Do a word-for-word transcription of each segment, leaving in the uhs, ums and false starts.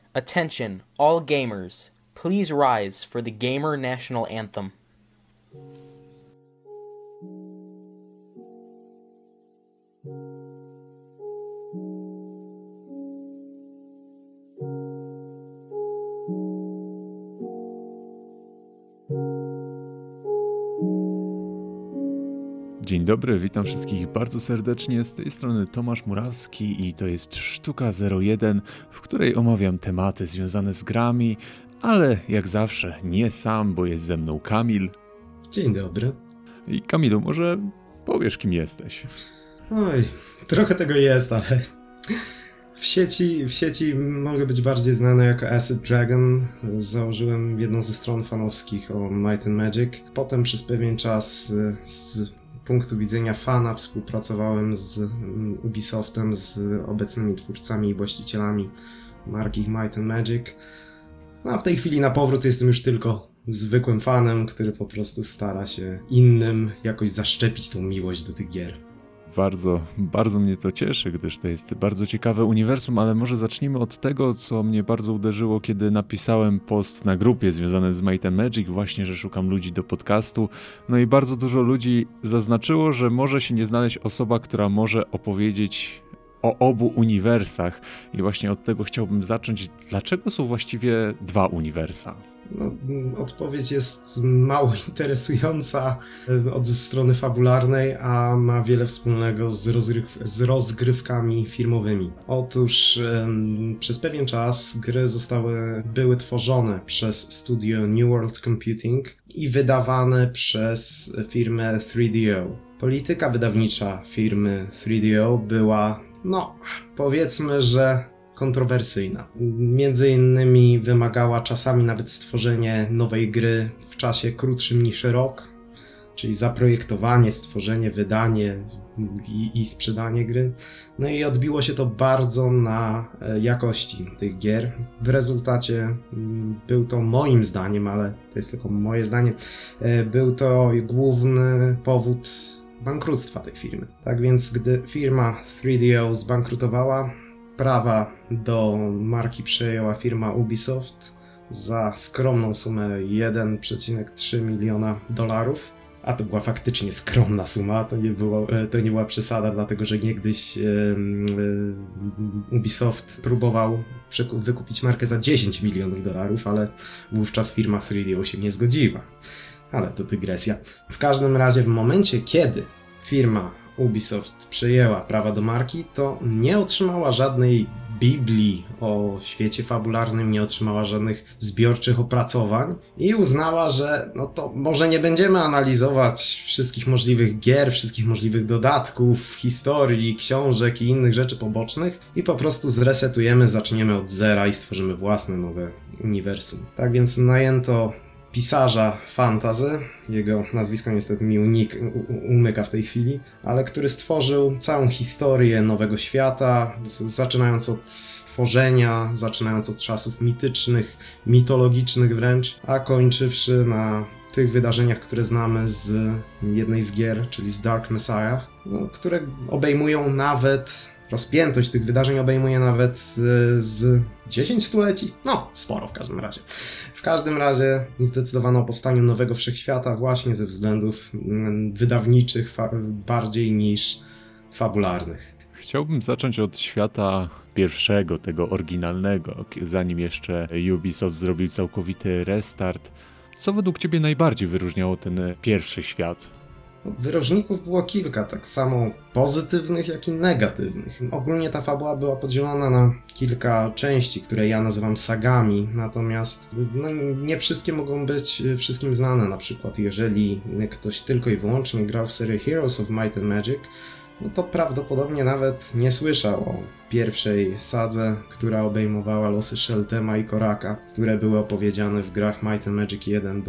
Attention, all gamers. Please rise for the Gamer National Anthem. Dzień dobry, witam wszystkich bardzo serdecznie, z tej strony Tomasz Murawski i to jest Sztuka zero jeden, w której omawiam tematy związane z grami, ale jak zawsze nie sam, bo jest ze mną Kamil. Dzień dobry. I Kamilu, może powiesz, kim jesteś? Oj, trochę tego jest, ale w sieci, w sieci mogę być bardziej znany jako Acid Dragon. Założyłem jedną ze stron fanowskich o Might and Magic. Potem przez pewien czas z punktu widzenia fana współpracowałem z Ubisoftem, z obecnymi twórcami i właścicielami marki Might and Magic. No a w tej chwili na powrót jestem już tylko zwykłym fanem, który po prostu stara się innym jakoś zaszczepić tą miłość do tych gier. Bardzo, bardzo mnie to cieszy, gdyż to jest bardzo ciekawe uniwersum, ale może zacznijmy od tego, co mnie bardzo uderzyło, kiedy napisałem post na grupie związanym z Might and Magic, właśnie, że szukam ludzi do podcastu. No i bardzo dużo ludzi zaznaczyło, że może się nie znaleźć osoba, która może opowiedzieć o obu uniwersach. I właśnie od tego chciałbym zacząć. Dlaczego są właściwie dwa uniwersa? No, odpowiedź jest mało interesująca od strony fabularnej, a ma wiele wspólnego z, rozgryw- z rozgrywkami firmowymi. Otóż um, przez pewien czas gry zostały, były tworzone przez studio New World Computing i wydawane przez firmę three D O. Polityka wydawnicza firmy three D O była, no powiedzmy, że kontrowersyjna. Między innymi wymagała czasami nawet stworzenie nowej gry w czasie krótszym niż rok, czyli zaprojektowanie, stworzenie, wydanie i, i sprzedanie gry. No i odbiło się to bardzo na jakości tych gier. W rezultacie był to moim zdaniem, ale to jest tylko moje zdanie, był to główny powód bankructwa tej firmy. Tak więc gdy firma three D O zbankrutowała, prawa do marki przejęła firma Ubisoft za skromną sumę jeden przecinek trzy miliona dolarów. A to była faktycznie skromna suma, to nie, było, to nie była przesada, dlatego że niegdyś e, e, Ubisoft próbował wykupić markę za dziesięć milionów dolarów, ale wówczas firma three D O się nie zgodziła. Ale to dygresja. W każdym razie w momencie, kiedy firma Ubisoft przejęła prawa do marki, to nie otrzymała żadnej biblii o świecie fabularnym, nie otrzymała żadnych zbiorczych opracowań i uznała, że no to może nie będziemy analizować wszystkich możliwych gier, wszystkich możliwych dodatków, historii, książek i innych rzeczy pobocznych i po prostu zresetujemy, zaczniemy od zera i stworzymy własne nowe uniwersum. Tak więc najęto pisarza fantasy, jego nazwisko niestety mi unik, u, umyka w tej chwili, ale który stworzył całą historię nowego świata, zaczynając od stworzenia, zaczynając od czasów mitycznych, mitologicznych wręcz, a kończywszy na tych wydarzeniach, które znamy z jednej z gier, czyli z Dark Messiah, no, które obejmują nawet, rozpiętość tych wydarzeń obejmuje nawet z, z dziesięć stuleci, no sporo w każdym razie. W każdym razie zdecydowano o powstaniu nowego wszechświata właśnie ze względów wydawniczych fa- bardziej niż fabularnych. Chciałbym zacząć od świata pierwszego, tego oryginalnego, zanim jeszcze Ubisoft zrobił całkowity restart. Co według Ciebie najbardziej wyróżniało ten pierwszy świat? Wyróżników było kilka, tak samo pozytywnych, jak i negatywnych. Ogólnie ta fabuła była podzielona na kilka części, które ja nazywam sagami, natomiast no, nie wszystkie mogą być wszystkim znane. Na przykład jeżeli ktoś tylko i wyłącznie grał w serię Heroes of Might and Magic, no to prawdopodobnie nawet nie słyszał o pierwszej sadze, która obejmowała losy Sheltema i Koraka, które były opowiedziane w grach Might and Magic jeden do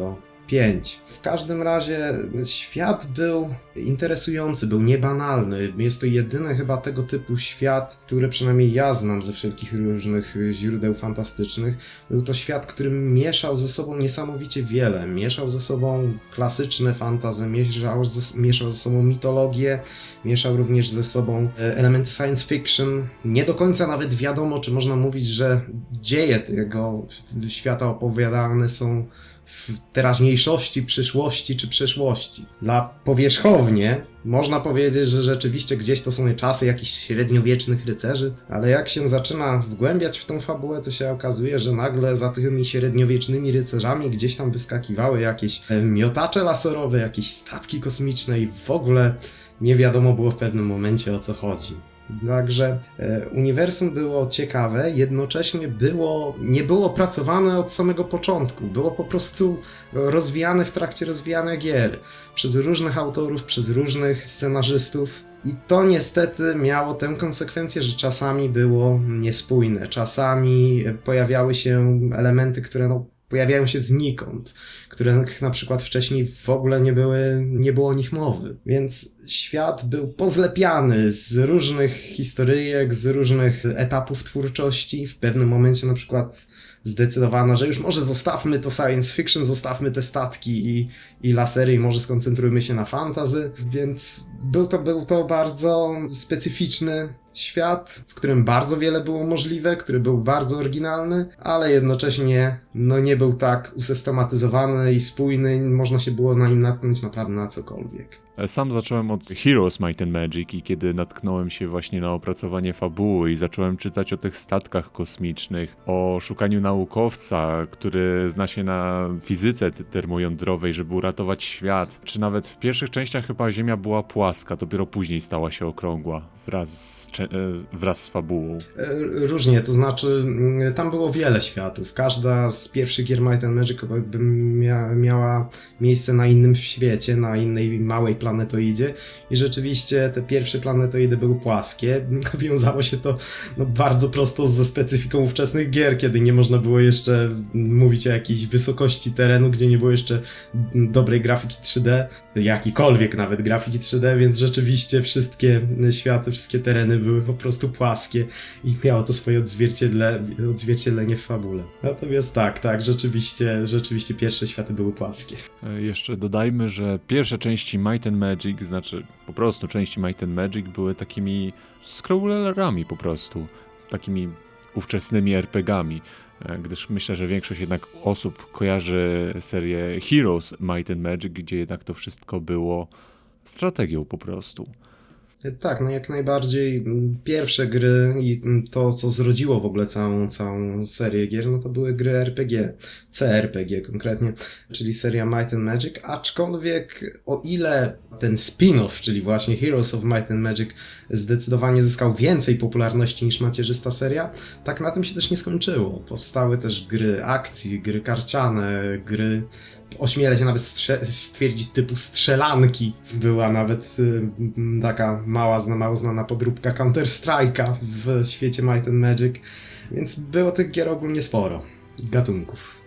pięć. W każdym razie świat był interesujący, był niebanalny. Jest to jedyny chyba tego typu świat, który przynajmniej ja znam ze wszelkich różnych źródeł fantastycznych. Był to świat, który mieszał ze sobą niesamowicie wiele. Mieszał ze sobą klasyczne fantasy, mieszał ze, mieszał ze sobą mitologię, mieszał również ze sobą elementy science fiction. Nie do końca nawet wiadomo, czy można mówić, że dzieje tego świata opowiadane są w teraźniejszości, przyszłości czy przeszłości. Dla powierzchownie można powiedzieć, że rzeczywiście gdzieś to są czasy jakichś średniowiecznych rycerzy, ale jak się zaczyna wgłębiać w tą fabułę, to się okazuje, że nagle za tymi średniowiecznymi rycerzami gdzieś tam wyskakiwały jakieś miotacze laserowe, jakieś statki kosmiczne i w ogóle nie wiadomo było w pewnym momencie, o co chodzi. Także e, uniwersum było ciekawe, jednocześnie było, nie było pracowane od samego początku. Było po prostu rozwijane w trakcie rozwijania gier przez różnych autorów, przez różnych scenarzystów. I to niestety miało tę konsekwencję, że czasami było niespójne, czasami pojawiały się elementy, które no, pojawiają się znikąd, których na przykład wcześniej w ogóle nie, były, nie było o nich mowy. Więc świat był pozlepiany z różnych historyjek, z różnych etapów twórczości. W pewnym momencie na przykład zdecydowano, że już może zostawmy to science fiction, zostawmy te statki i, i lasery i może skoncentrujmy się na fantasy. Więc był to, był to bardzo specyficzny świat, w którym bardzo wiele było możliwe, który był bardzo oryginalny, ale jednocześnie no nie był tak usystematyzowany i spójny, można się było na nim natknąć naprawdę na cokolwiek. Sam zacząłem od Heroes Might and Magic i kiedy natknąłem się właśnie na opracowanie fabuły i zacząłem czytać o tych statkach kosmicznych, o szukaniu naukowca, który zna się na fizyce termojądrowej, żeby uratować świat, czy nawet w pierwszych częściach chyba Ziemia była płaska, dopiero później stała się okrągła wraz z, wraz z fabułą. Różnie, to znaczy tam było wiele światów. Każda z pierwszych gier Might and Magic mia- miała miejsce na innym świecie, na innej małej planetoidzie i rzeczywiście te pierwsze planetoidy były płaskie. Wiązało się to no, bardzo prosto ze specyfiką ówczesnych gier, kiedy nie można było jeszcze mówić o jakiejś wysokości terenu, gdzie nie było jeszcze dobrej grafiki trzy D, jakikolwiek nawet grafiki trzy D, więc rzeczywiście wszystkie światy, wszystkie tereny były po prostu płaskie i miało to swoje odzwierciedle, odzwierciedlenie w fabule. Natomiast tak, tak, rzeczywiście, rzeczywiście pierwsze światy były płaskie. Jeszcze dodajmy, że pierwsze części Might and Magic, znaczy po prostu części Might and Magic były takimi scrollerami po prostu, takimi ówczesnymi er pe gami, gdyż myślę, że większość jednak osób kojarzy serię Heroes Might and Magic, gdzie jednak to wszystko było strategią po prostu. Tak, no jak najbardziej pierwsze gry i to, co zrodziło w ogóle całą, całą serię gier, no to były gry er pe gie, ce er pe gie konkretnie, czyli seria Might and Magic, aczkolwiek o ile ten spin-off, czyli właśnie Heroes of Might and Magic zdecydowanie zyskał więcej popularności niż macierzysta seria, tak na tym się też nie skończyło. Powstały też gry akcji, gry karciane, gry, ośmielę się nawet strze- stwierdzić, typu strzelanki. Była nawet y, taka mała, mało znana podróbka Counter-Strike'a w świecie Might and Magic, więc było tych gier ogólnie sporo, gatunków.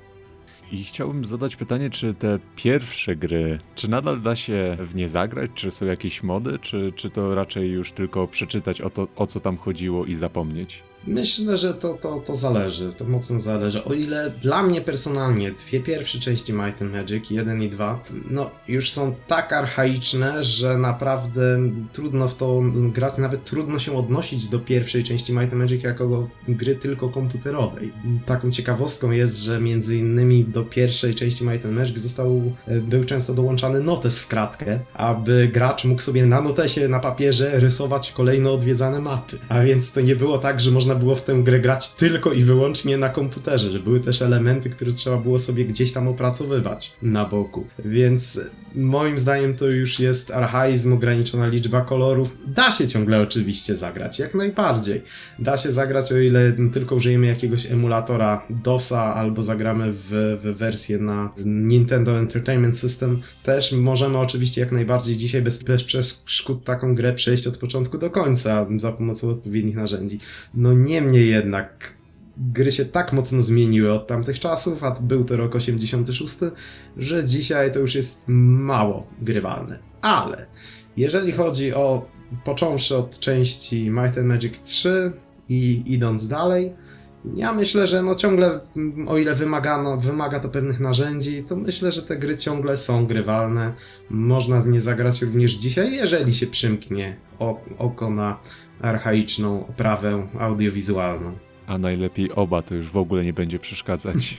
I chciałbym zadać pytanie, czy te pierwsze gry, czy nadal da się w nie zagrać, czy są jakieś mody, czy, czy to raczej już tylko przeczytać o, to, o co tam chodziło i zapomnieć? Myślę, że to, to, to zależy, to mocno zależy. O ile dla mnie personalnie dwie pierwsze części Might and Magic, jeden i dwa, no już są tak archaiczne, że naprawdę trudno w to grać, nawet trudno się odnosić do pierwszej części Might and Magic jako do gry tylko komputerowej. Taką ciekawostką jest, że między innymi do pierwszej części Might and Magic został, był często dołączany notes w kratkę, aby gracz mógł sobie na notesie, na papierze rysować kolejno odwiedzane mapy. A więc to nie było tak, że można było w tę grę grać tylko i wyłącznie na komputerze, że były też elementy, które trzeba było sobie gdzieś tam opracowywać na boku. Więc moim zdaniem to już jest archaizm, ograniczona liczba kolorów. Da się ciągle oczywiście zagrać, jak najbardziej. Da się zagrać, o ile tylko użyjemy jakiegoś emulatora dosa albo zagramy w, w wersję na Nintendo Entertainment System. Też możemy oczywiście jak najbardziej dzisiaj bez, bez przeszkód taką grę przejść od początku do końca za pomocą odpowiednich narzędzi. No niemniej jednak gry się tak mocno zmieniły od tamtych czasów, a był to rok osiemdziesiąty szósty, że dzisiaj to już jest mało grywalne. Ale jeżeli chodzi o, począwszy od części Might and Magic trzy i idąc dalej, ja myślę, że no ciągle, o ile wymagano, wymaga to pewnych narzędzi, to myślę, że te gry ciągle są grywalne. Można w nie zagrać również dzisiaj, jeżeli się przymknie oko na archaiczną oprawę audiowizualną. A najlepiej oba, to już w ogóle nie będzie przeszkadzać.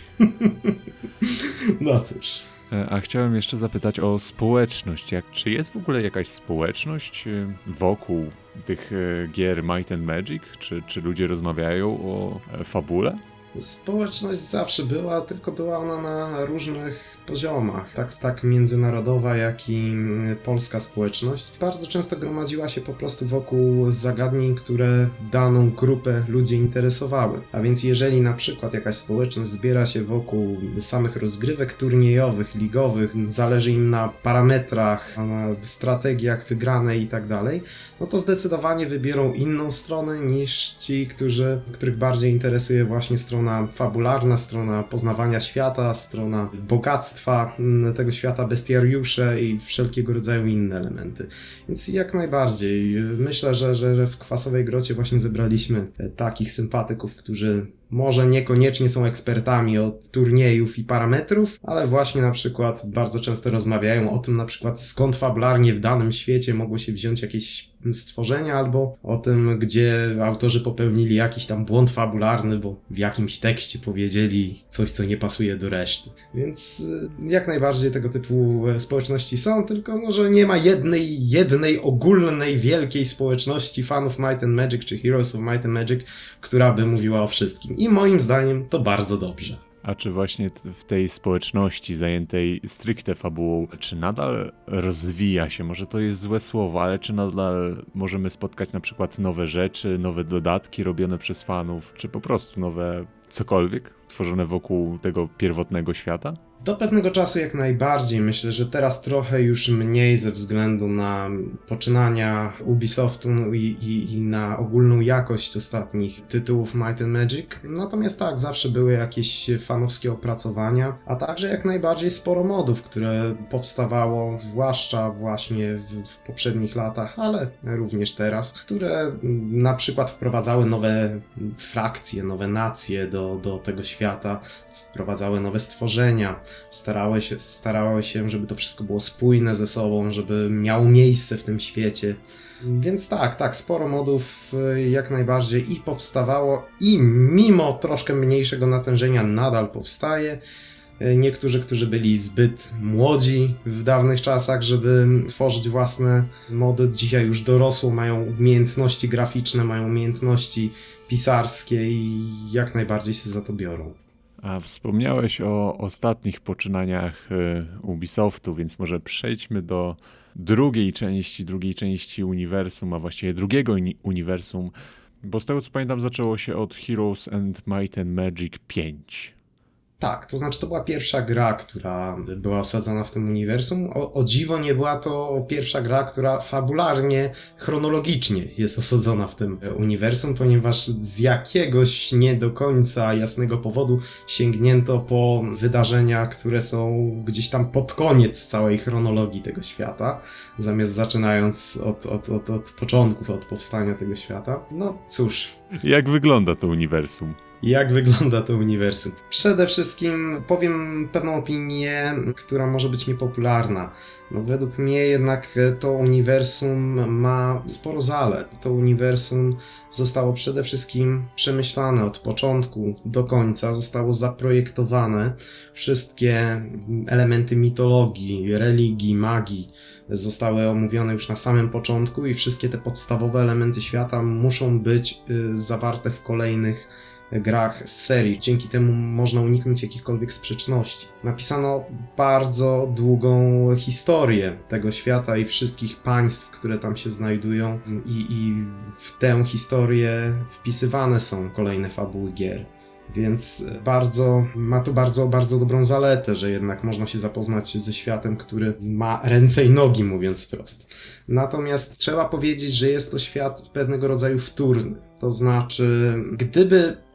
No cóż. A chciałem jeszcze zapytać o społeczność. Jak, czy jest w ogóle jakaś społeczność wokół tych gier Might and Magic? Czy, czy ludzie rozmawiają o fabule? Społeczność zawsze była, tylko była ona na różnych poziomach. Tak, tak międzynarodowa, jak i polska społeczność. Bardzo często gromadziła się po prostu wokół zagadnień, które daną grupę ludzi interesowały. A więc jeżeli na przykład jakaś społeczność zbiera się wokół samych rozgrywek turniejowych, ligowych, zależy im na parametrach, na strategiach wygranej i tak dalej, no to zdecydowanie wybiorą inną stronę niż ci, którzy, których bardziej interesuje właśnie strona fabularna, strona poznawania świata, strona bogactwa tego świata, bestiariusze i wszelkiego rodzaju inne elementy. Więc jak najbardziej. Myślę, że, że w Kwasowej Grocie właśnie zebraliśmy takich sympatyków, którzy może niekoniecznie są ekspertami od turniejów i parametrów, ale właśnie na przykład bardzo często rozmawiają o tym, na przykład skąd fabularnie w danym świecie mogło się wziąć jakieś stworzenia, albo o tym, gdzie autorzy popełnili jakiś tam błąd fabularny, bo w jakimś tekście powiedzieli coś, co nie pasuje do reszty. Więc jak najbardziej tego typu społeczności są, tylko może nie ma jednej, jednej ogólnej, wielkiej społeczności fanów Might and Magic, czy Heroes of Might and Magic, która by mówiła o wszystkim. I moim zdaniem to bardzo dobrze. A czy właśnie w tej społeczności zajętej stricte fabułą, czy nadal rozwija się, może to jest złe słowo, ale czy nadal możemy spotkać na przykład nowe rzeczy, nowe dodatki robione przez fanów, czy po prostu nowe cokolwiek tworzone wokół tego pierwotnego świata? Do pewnego czasu jak najbardziej. Myślę, że teraz trochę już mniej ze względu na poczynania Ubisoftu i, i, i na ogólną jakość ostatnich tytułów Might and Magic. Natomiast tak, zawsze były jakieś fanowskie opracowania, a także jak najbardziej sporo modów, które powstawało, zwłaszcza właśnie w, w poprzednich latach, ale również teraz, które na przykład wprowadzały nowe frakcje, nowe nacje do, do tego świata, wprowadzały nowe stworzenia, starały się, starały się, żeby to wszystko było spójne ze sobą, żeby miało miejsce w tym świecie. Więc tak, tak, sporo modów jak najbardziej i powstawało i mimo troszkę mniejszego natężenia nadal powstaje. Niektórzy, którzy byli zbyt młodzi w dawnych czasach, żeby tworzyć własne mody, dzisiaj już dorosło, mają umiejętności graficzne, mają umiejętności pisarskie i jak najbardziej się za to biorą. A wspomniałeś o ostatnich poczynaniach Ubisoftu, więc może przejdźmy do drugiej części, drugiej części uniwersum, a właściwie drugiego uniwersum, bo z tego co pamiętam zaczęło się od Heroes and Might and Magic pięć. Tak, to znaczy to była pierwsza gra, która była osadzona w tym uniwersum. O, o dziwo nie była to pierwsza gra, która fabularnie, chronologicznie jest osadzona w tym uniwersum, ponieważ z jakiegoś nie do końca jasnego powodu sięgnięto po wydarzenia, które są gdzieś tam pod koniec całej chronologii tego świata, zamiast zaczynając od, od, od, od początków, od powstania tego świata. No cóż. Jak wygląda to uniwersum? Jak wygląda to uniwersum? Przede wszystkim powiem pewną opinię, która może być niepopularna. No, według mnie jednak to uniwersum ma sporo zalet. To uniwersum zostało przede wszystkim przemyślane od początku do końca, zostało zaprojektowane. Wszystkie elementy mitologii, religii, magii zostały omówione już na samym początku i wszystkie te podstawowe elementy świata muszą być y, zawarte w kolejnych grach z serii. Dzięki temu można uniknąć jakichkolwiek sprzeczności. Napisano bardzo długą historię tego świata i wszystkich państw, które tam się znajdują i, i w tę historię wpisywane są kolejne fabuły gier. Więc bardzo, ma to bardzo, bardzo dobrą zaletę, że jednak można się zapoznać ze światem, który ma ręce i nogi, mówiąc wprost. Natomiast trzeba powiedzieć, że jest to świat pewnego rodzaju wtórny. To znaczy, gdyby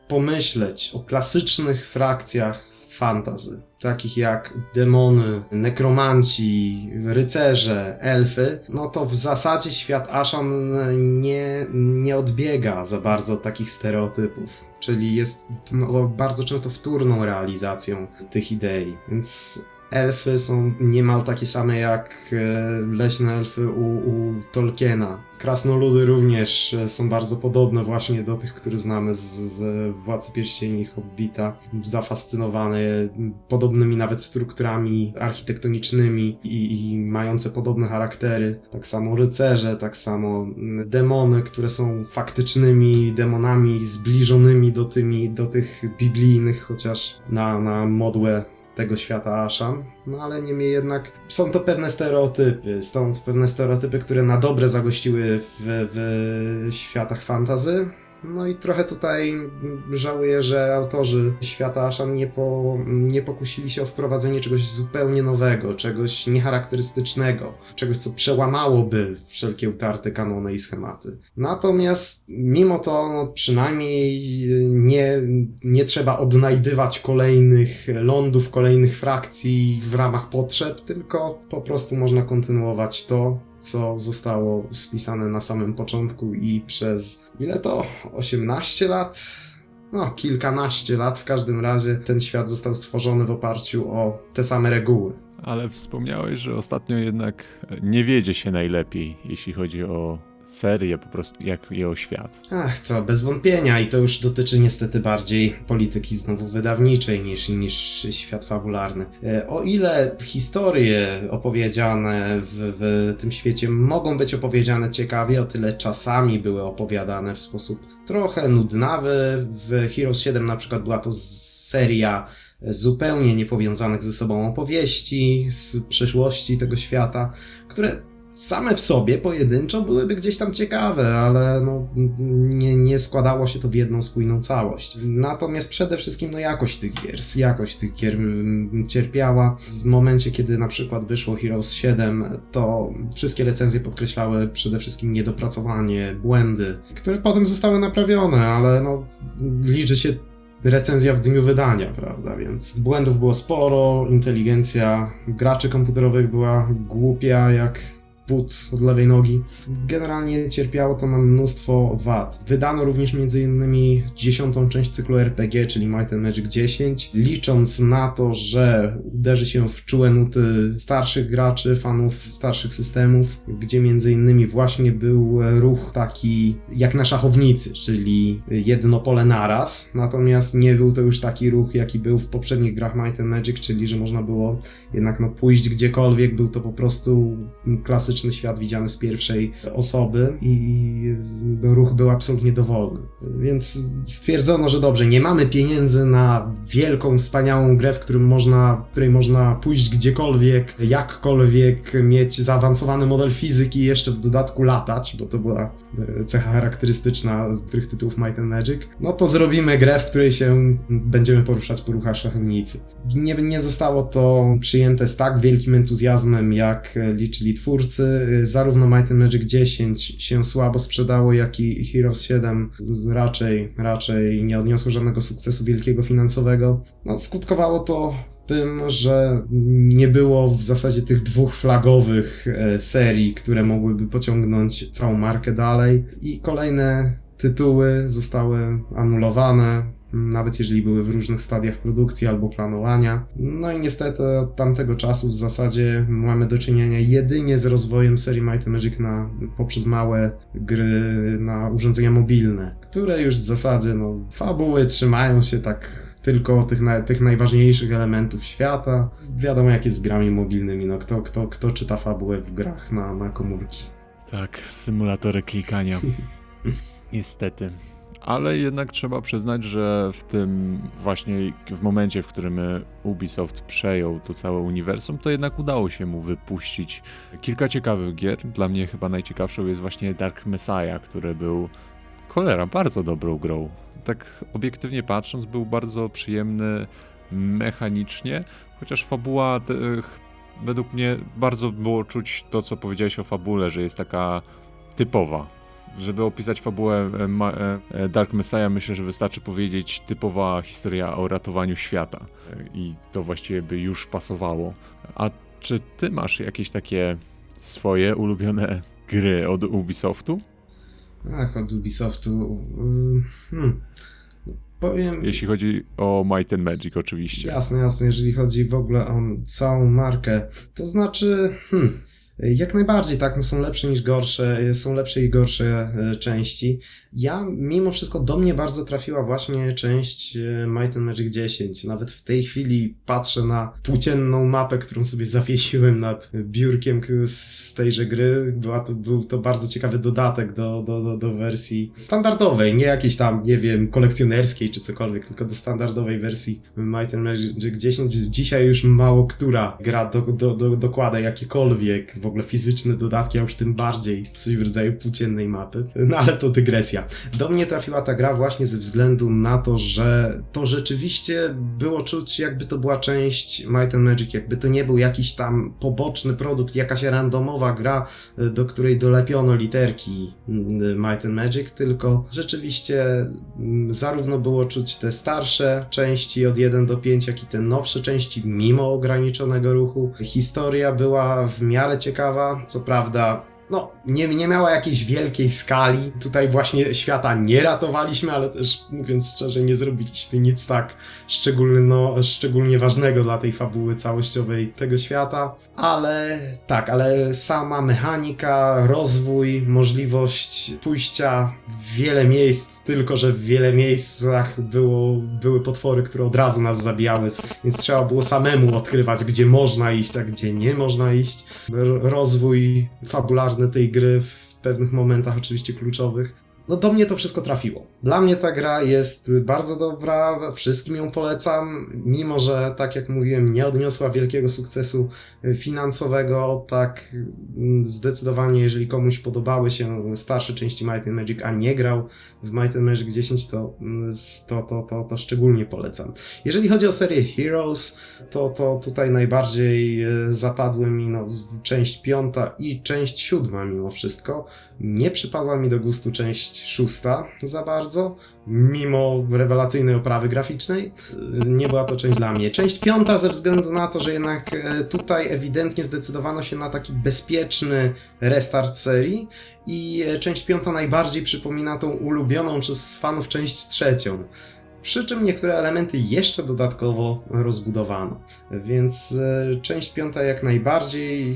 pomyśleć o klasycznych frakcjach fantasy, takich jak demony, nekromanci, rycerze, elfy, no to w zasadzie świat Ashan nie, nie odbiega za bardzo od takich stereotypów, czyli jest no, bardzo często wtórną realizacją tych idei, więc elfy są niemal takie same jak leśne elfy u, u Tolkiena. Krasnoludy również są bardzo podobne właśnie do tych, które znamy z, z Władcy Pierścieni, Hobbita. Zafascynowane podobnymi nawet strukturami architektonicznymi i, i mające podobne charaktery. Tak samo rycerze, tak samo demony, które są faktycznymi demonami zbliżonymi do, tymi, do tych biblijnych, chociaż na, na modłę tego świata Ashan, no ale niemniej jednak są to pewne stereotypy, są to pewne stereotypy, które na dobre zagościły w, w światach fantasy. No i trochę tutaj żałuję, że autorzy świata Ashan nie, po, nie pokusili się o wprowadzenie czegoś zupełnie nowego, czegoś niecharakterystycznego, czegoś, co przełamałoby wszelkie utarte kanony i schematy. Natomiast mimo to no, przynajmniej nie, nie trzeba odnajdywać kolejnych lądów, kolejnych frakcji w ramach potrzeb, tylko po prostu można kontynuować to, co zostało spisane na samym początku i przez ile to? osiemnaście lat? No, kilkanaście lat w każdym razie ten świat został stworzony w oparciu o te same reguły. Ale wspomniałeś, że ostatnio jednak nie wiedzie się najlepiej, jeśli chodzi o serię, po prostu jak i o świat. Ach, to bez wątpienia i to już dotyczy niestety bardziej polityki znowu wydawniczej niż, niż świat fabularny. O ile historie opowiedziane w, w tym świecie mogą być opowiedziane ciekawie, o tyle czasami były opowiadane w sposób trochę nudnawy. W Heroes siedem na przykład była to seria zupełnie niepowiązanych ze sobą opowieści z przeszłości tego świata, które same w sobie pojedynczo byłyby gdzieś tam ciekawe, ale no, nie, nie składało się to w jedną spójną całość. Natomiast przede wszystkim no, jakość tych gier, jakość tych gier cierpiała. W momencie, kiedy na przykład wyszło Heroes siedem, to wszystkie recenzje podkreślały przede wszystkim niedopracowanie, błędy, które potem zostały naprawione, ale no, liczy się recenzja w dniu wydania, prawda, więc błędów było sporo, inteligencja graczy komputerowych była głupia jak but od lewej nogi. Generalnie cierpiało to na mnóstwo wad. Wydano również między innymi dziesiątą część cyklu R P G, czyli Might and Magic dziesięć, licząc na to, że uderzy się w czułe nuty starszych graczy, fanów starszych systemów, gdzie między innymi właśnie był ruch taki jak na szachownicy, czyli jedno pole naraz, natomiast nie był to już taki ruch, jaki był w poprzednich grach Might and Magic, czyli że można było jednak no, pójść gdziekolwiek, był to po prostu klasyczny świat widziany z pierwszej osoby i ruch był absolutnie dowolny. Więc stwierdzono, że dobrze, nie mamy pieniędzy na wielką, wspaniałą grę, w którym można, w której można pójść gdziekolwiek, jakkolwiek, mieć zaawansowany model fizyki i jeszcze w dodatku latać, bo to była cecha charakterystyczna tych tytułów Might and Magic. No to zrobimy grę, w której się będziemy poruszać po ruchach szachownicy. Nie, nie zostało to przyjęte z tak wielkim entuzjazmem, jak liczyli twórcy. Zarówno Might and Magic dziesięć się słabo sprzedało, jak i Heroes siedem raczej, raczej nie odniosło żadnego sukcesu wielkiego finansowego. No, skutkowało to tym, że nie było w zasadzie tych dwóch flagowych serii, które mogłyby pociągnąć całą markę dalej i kolejne tytuły zostały anulowane, nawet jeżeli były w różnych stadiach produkcji albo planowania. No i niestety od tamtego czasu w zasadzie mamy do czynienia jedynie z rozwojem serii Might and Magic na, poprzez małe gry na urządzenia mobilne, które już w zasadzie no, fabuły trzymają się tak tylko tych, na, tych najważniejszych elementów świata. Wiadomo jak jest z grami mobilnymi, no kto, kto, kto czyta fabułę w grach na, na komórki. Tak, symulatory klikania. Niestety. Ale jednak trzeba przyznać, że w tym właśnie w momencie, w którym Ubisoft przejął to całe uniwersum, to jednak udało się mu wypuścić kilka ciekawych gier. Dla mnie chyba najciekawszą jest właśnie Dark Messiah, który był, cholera, bardzo dobrą grą. Tak obiektywnie patrząc, był bardzo przyjemny mechanicznie, chociaż fabuła tych, według mnie bardzo było czuć to, co powiedziałeś o fabule, że jest taka typowa. żeby opisać fabułę Dark Messiah, myślę, że wystarczy powiedzieć typowa historia o ratowaniu świata i to właściwie by już pasowało. A czy ty masz jakieś takie swoje ulubione gry od Ubisoftu? Ach, od Ubisoftu... Hmm. Powiem... Jeśli chodzi o Might and Magic oczywiście. Jasne, jasne, jeżeli chodzi w ogóle o całą markę. To znaczy... Hmm. Jak najbardziej, tak, no są lepsze niż gorsze, są lepsze i gorsze części. Ja mimo wszystko do mnie bardzo trafiła właśnie część Might and Magic dziesięć. Nawet w tej chwili patrzę na płócienną mapę, którą sobie zawiesiłem nad biurkiem z tejże gry. Była to, był to bardzo ciekawy dodatek do, do, do, do wersji standardowej, nie jakiejś tam, nie wiem, kolekcjonerskiej czy cokolwiek, tylko do standardowej wersji Might and Magic dziesięć. Dzisiaj już mało która gra do, do, do, dokłada jakiekolwiek w ogóle fizyczne dodatki, a już tym bardziej coś w rodzaju płóciennej mapy. No ale to dygresja. Do mnie trafiła ta gra właśnie ze względu na to, że to rzeczywiście było czuć, jakby to była część Might and Magic, jakby to nie był jakiś tam poboczny produkt, jakaś randomowa gra, do której dolepiono literki Might and Magic, tylko rzeczywiście zarówno było czuć te starsze części od jeden do pięciu, jak i te nowsze części, mimo ograniczonego ruchu. Historia była w miarę ciekawa, co prawda no, nie, nie miała jakiejś wielkiej skali. Tutaj właśnie świata nie ratowaliśmy, ale też, mówiąc szczerze, nie zrobiliśmy nic tak szczególnie, no, szczególnie ważnego dla tej fabuły całościowej tego świata. Ale tak, ale sama mechanika, rozwój, możliwość pójścia w wiele miejsc, tylko że w wiele miejscach było, były potwory, które od razu nas zabijały, więc trzeba było samemu odkrywać, gdzie można iść, a gdzie nie można iść. Rozwój fabularny tej gry w pewnych momentach oczywiście kluczowych. No do mnie to wszystko trafiło. Dla mnie ta gra jest bardzo dobra, wszystkim ją polecam, mimo że, tak jak mówiłem, nie odniosła wielkiego sukcesu finansowego, tak zdecydowanie, jeżeli komuś podobały się starsze części Might and Magic, a nie grał w Might and Magic dziesięć, to, to, to, to, to szczególnie polecam. Jeżeli chodzi o serię Heroes, to, to tutaj najbardziej zapadły mi no, część piąta i część siódma mimo wszystko. Nie przypadła mi do gustu część szósta za bardzo, mimo rewelacyjnej oprawy graficznej. Nie była to część dla mnie. Część piąta ze względu na to, że jednak tutaj ewidentnie zdecydowano się na taki bezpieczny restart serii i część piąta najbardziej przypomina tą ulubioną przez fanów część trzecią. Przy czym niektóre elementy jeszcze dodatkowo rozbudowano. Więc część piąta jak najbardziej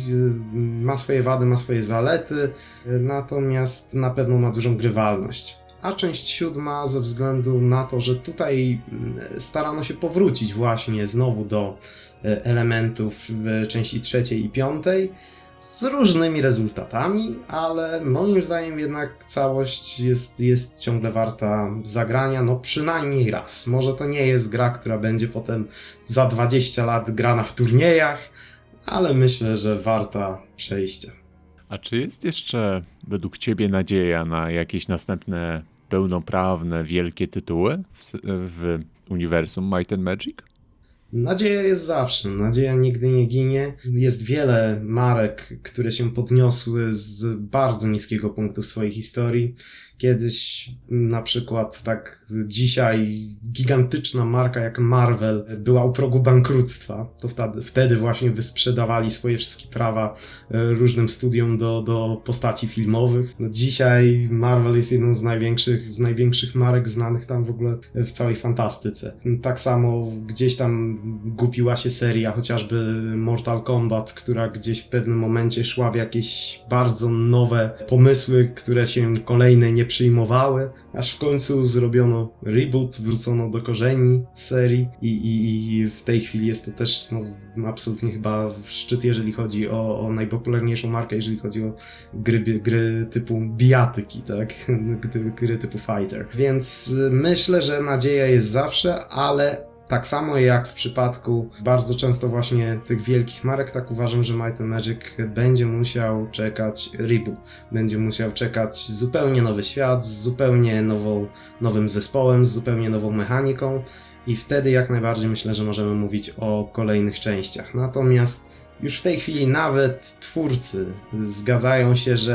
ma swoje wady, ma swoje zalety, natomiast na pewno ma dużą grywalność. A część siódma ze względu na to, że tutaj starano się powrócić właśnie znowu do elementów w części trzeciej i piątej, z różnymi rezultatami, ale moim zdaniem jednak całość jest, jest ciągle warta zagrania, no przynajmniej raz. Może to nie jest gra, która będzie potem za dwadzieścia lat grana w turniejach, ale myślę, że warta przejścia. A czy jest jeszcze według Ciebie nadzieja na jakieś następne pełnoprawne, wielkie tytuły w, w uniwersum Might and Magic? Nadzieja jest zawsze, nadzieja nigdy nie ginie. Jest wiele marek, które się podniosły z bardzo niskiego punktu w swojej historii. Kiedyś na przykład tak dzisiaj gigantyczna marka jak Marvel była u progu bankructwa. To wtedy, wtedy właśnie wysprzedawali swoje wszystkie prawa różnym studiom do, do postaci filmowych. No dzisiaj Marvel jest jedną z największych, z największych marek znanych tam w ogóle w całej fantastyce. Tak samo gdzieś tam gubiła się seria chociażby Mortal Kombat, która gdzieś w pewnym momencie szła w jakieś bardzo nowe pomysły, które się kolejne nie przyjmowały, aż w końcu zrobiono reboot, wrócono do korzeni serii i, i, i w tej chwili jest to też no, absolutnie chyba szczyt, jeżeli chodzi o, o najpopularniejszą markę, jeżeli chodzi o gry, gry typu bijatyki, tak? Gry, gry typu fighter. Więc myślę, że nadzieja jest zawsze, ale tak samo jak w przypadku bardzo często właśnie tych wielkich marek, tak uważam, że Might and Magic będzie musiał czekać reboot. Będzie musiał czekać zupełnie nowy świat, z zupełnie nową, nowym zespołem, z zupełnie nową mechaniką i wtedy jak najbardziej myślę, że możemy mówić o kolejnych częściach. Natomiast już w tej chwili nawet twórcy zgadzają się, że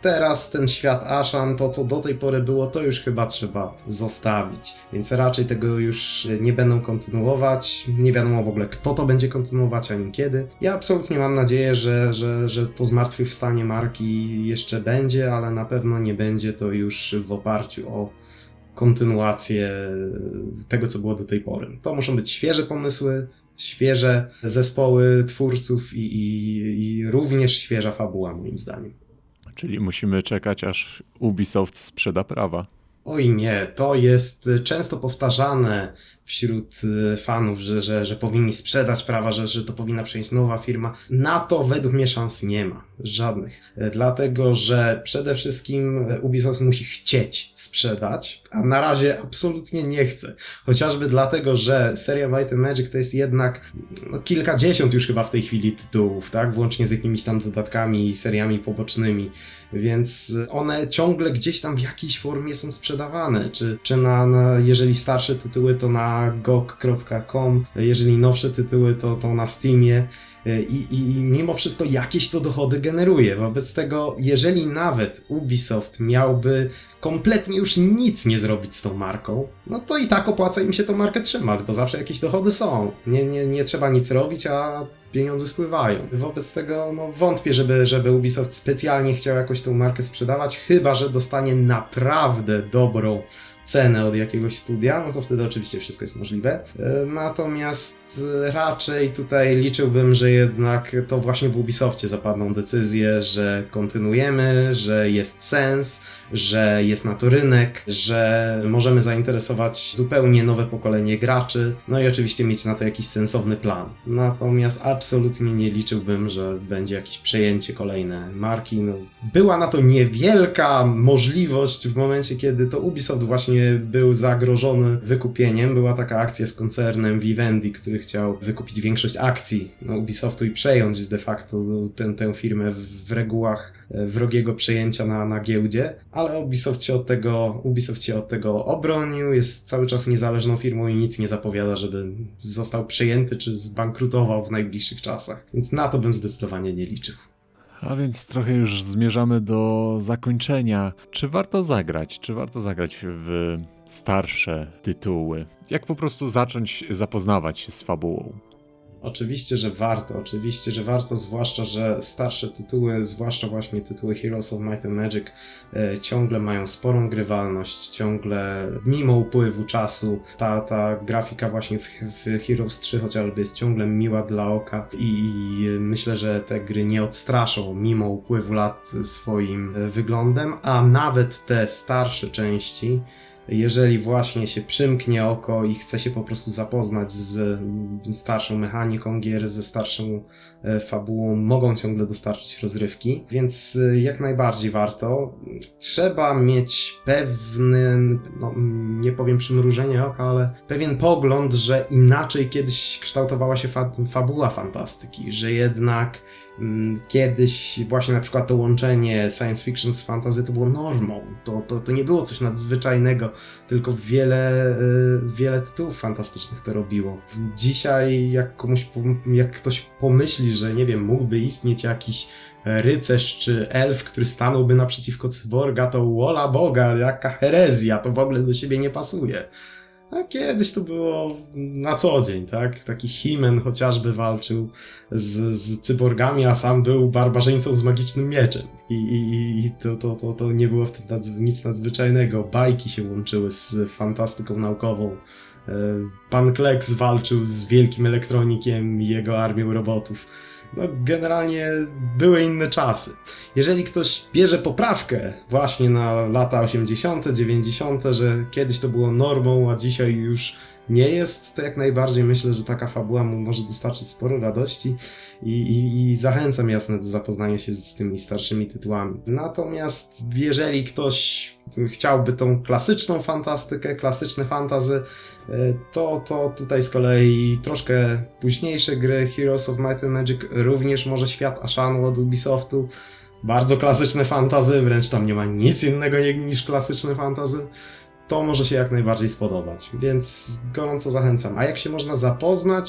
teraz ten świat Ashan, to co do tej pory było, to już chyba trzeba zostawić. Więc raczej tego już nie będą kontynuować. Nie wiadomo w ogóle, kto to będzie kontynuować, ani kiedy. Ja absolutnie mam nadzieję, że, że, że to zmartwychwstanie marki jeszcze będzie, ale na pewno nie będzie to już w oparciu o kontynuację tego, co było do tej pory. To muszą być świeże pomysły, świeże zespoły twórców i, i, i również świeża fabuła, moim zdaniem. Czyli musimy czekać, aż Ubisoft sprzeda prawa. Oj nie, to jest często powtarzane wśród fanów, że, że, że powinni sprzedać prawa, że, że to powinna przejść nowa firma. Na to według mnie szans nie ma. Żadnych. Dlatego, że przede wszystkim Ubisoft musi chcieć sprzedać, a na razie absolutnie nie chce. Chociażby dlatego, że seria Might and Magic to jest jednak no, kilkadziesiąt już chyba w tej chwili tytułów, tak? Włącznie z jakimiś tam dodatkami i seriami pobocznymi. Więc one ciągle gdzieś tam w jakiejś formie są sprzedawane. Czy, czy na, na, jeżeli starsze tytuły, to na G O G kropka com, jeżeli nowsze tytuły, to, to na Steamie. I, I mimo wszystko jakieś to dochody generuje. Wobec tego, jeżeli nawet Ubisoft miałby kompletnie już nic nie zrobić z tą marką, no to i tak opłaca im się tą markę trzymać, bo zawsze jakieś dochody są. Nie, nie, nie trzeba nic robić, a pieniądze spływają. Wobec tego no, wątpię, żeby, żeby Ubisoft specjalnie chciał jakoś tą markę sprzedawać, chyba że dostanie naprawdę dobrą cenę od jakiegoś studia, no to wtedy oczywiście wszystko jest możliwe. Natomiast raczej tutaj liczyłbym, że jednak to właśnie w Ubisoftie zapadną decyzje, że kontynuujemy, że jest sens, że jest na to rynek, że możemy zainteresować zupełnie nowe pokolenie graczy, no i oczywiście mieć na to jakiś sensowny plan. Natomiast absolutnie nie liczyłbym, że będzie jakieś przejęcie kolejne marki. No, była na to niewielka możliwość w momencie, kiedy to Ubisoft właśnie był zagrożony wykupieniem. Była taka akcja z koncernem Vivendi, który chciał wykupić większość akcji no, Ubisoftu i przejąć de facto tę, tę firmę w regułach wrogiego przejęcia na, na giełdzie, ale Ubisoft się od tego, Ubisoft się od tego obronił, jest cały czas niezależną firmą i nic nie zapowiada, żeby został przejęty czy zbankrutował w najbliższych czasach. Więc na to bym zdecydowanie nie liczył. A więc trochę już zmierzamy do zakończenia. Czy warto zagrać? Czy warto zagrać w starsze tytuły? Jak po prostu zacząć zapoznawać się z fabułą? Oczywiście, że warto, oczywiście, że warto, zwłaszcza, że starsze tytuły, zwłaszcza właśnie tytuły Heroes of Might and Magic e, ciągle mają sporą grywalność, ciągle mimo upływu czasu ta, ta grafika właśnie w, w Heroes trzy chociażby jest ciągle miła dla oka i, i myślę, że te gry nie odstraszą mimo upływu lat swoim wyglądem, a nawet te starsze części, jeżeli właśnie się przymknie oko i chce się po prostu zapoznać z starszą mechaniką gier, ze starszą fabułą, mogą ciągle dostarczyć rozrywki, więc jak najbardziej warto. Trzeba mieć pewien, no nie powiem przymrużenie oka, ale pewien pogląd, że inaczej kiedyś kształtowała się fa- fabuła fantastyki, że jednak kiedyś właśnie na przykład to łączenie science fiction z fantasy to było normą, to, to, to nie było coś nadzwyczajnego, tylko wiele, wiele tytułów fantastycznych to robiło. Dzisiaj jak komuś, jak ktoś pomyśli, że nie wiem, mógłby istnieć jakiś rycerz czy elf, który stanąłby naprzeciwko cyborga, to wola Boga, jaka herezja, to w ogóle do siebie nie pasuje. A kiedyś to było na co dzień, tak? Taki He-Man chociażby walczył z, z cyborgami, a sam był barbarzyńcą z magicznym mieczem. I, i, i to, to, to, to nie było w tym nadz- nic nadzwyczajnego. Bajki się łączyły z fantastyką naukową. Pan Kleks walczył z wielkim elektronikiem i jego armią robotów. No, generalnie były inne czasy. Jeżeli ktoś bierze poprawkę właśnie na lata osiemdziesiąte, dziewięćdziesiąte, że kiedyś to było normą, a dzisiaj już nie jest, to jak najbardziej myślę, że taka fabuła mu może dostarczyć sporo radości i, i, i zachęcam jasne do zapoznania się z tymi starszymi tytułami. Natomiast jeżeli ktoś chciałby tą klasyczną fantastykę, klasyczne fantasy, to, to tutaj z kolei troszkę późniejsze gry Heroes of Might and Magic, również może Świat Ashanu od Ubisoftu. Bardzo klasyczne fantasy, wręcz tam nie ma nic innego niż klasyczne fantasy. To może się jak najbardziej spodobać, więc gorąco zachęcam. A jak się można zapoznać?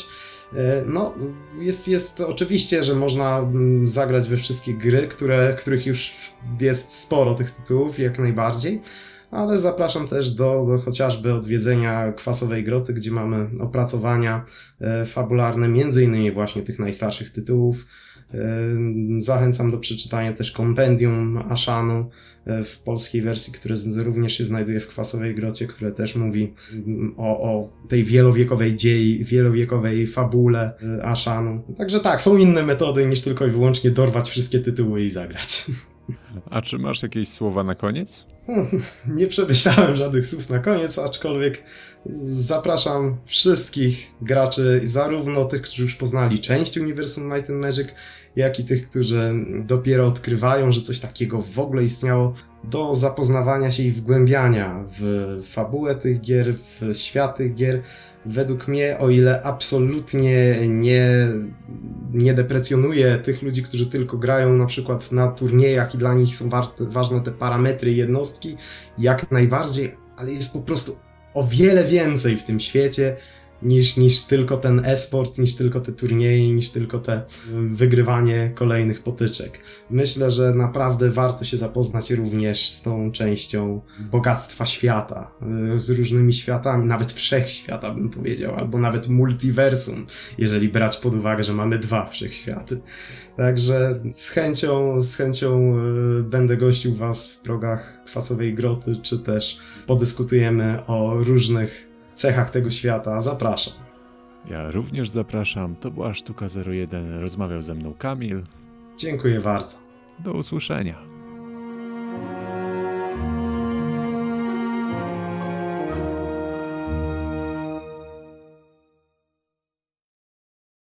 No, jest, jest oczywiście, że można zagrać we wszystkie gry, które, których już jest sporo tych tytułów, jak najbardziej, ale zapraszam też do, do chociażby odwiedzenia Kwasowej Groty, gdzie mamy opracowania fabularne, między innymi właśnie tych najstarszych tytułów. Zachęcam do przeczytania też kompendium Ashanu w polskiej wersji, które również się znajduje w Kwasowej Grocie, które też mówi o, o tej wielowiekowej dziei, wielowiekowej fabule Ashanu. Także tak, są inne metody niż tylko i wyłącznie dorwać wszystkie tytuły i zagrać. A czy masz jakieś słowa na koniec? Nie przemyślałem żadnych słów na koniec, aczkolwiek zapraszam wszystkich graczy, zarówno tych, którzy już poznali część uniwersum Might and Magic, jak i tych, którzy dopiero odkrywają, że coś takiego w ogóle istniało, do zapoznawania się i wgłębiania w fabułę tych gier, w świat tych gier. Według mnie, o ile absolutnie nie, nie deprecjonuję tych ludzi, którzy tylko grają na przykład na turniejach i dla nich są warte, ważne te parametry i jednostki, jak najbardziej, ale jest po prostu o wiele więcej w tym świecie niż, niż tylko ten e-sport, niż tylko te turnieje, niż tylko te wygrywanie kolejnych potyczek. Myślę, że naprawdę warto się zapoznać również z tą częścią bogactwa świata, z różnymi światami, nawet wszechświata bym powiedział, albo nawet multiversum, jeżeli brać pod uwagę, że mamy dwa wszechświaty. Także z chęcią, z chęcią będę gościł Was w progach Kwasowej Groty, czy też podyskutujemy o różnych cechach tego świata. Zapraszam. Ja również zapraszam. To była Sztuka zero jeden. Rozmawiał ze mną Kamil. Dziękuję bardzo. Do usłyszenia.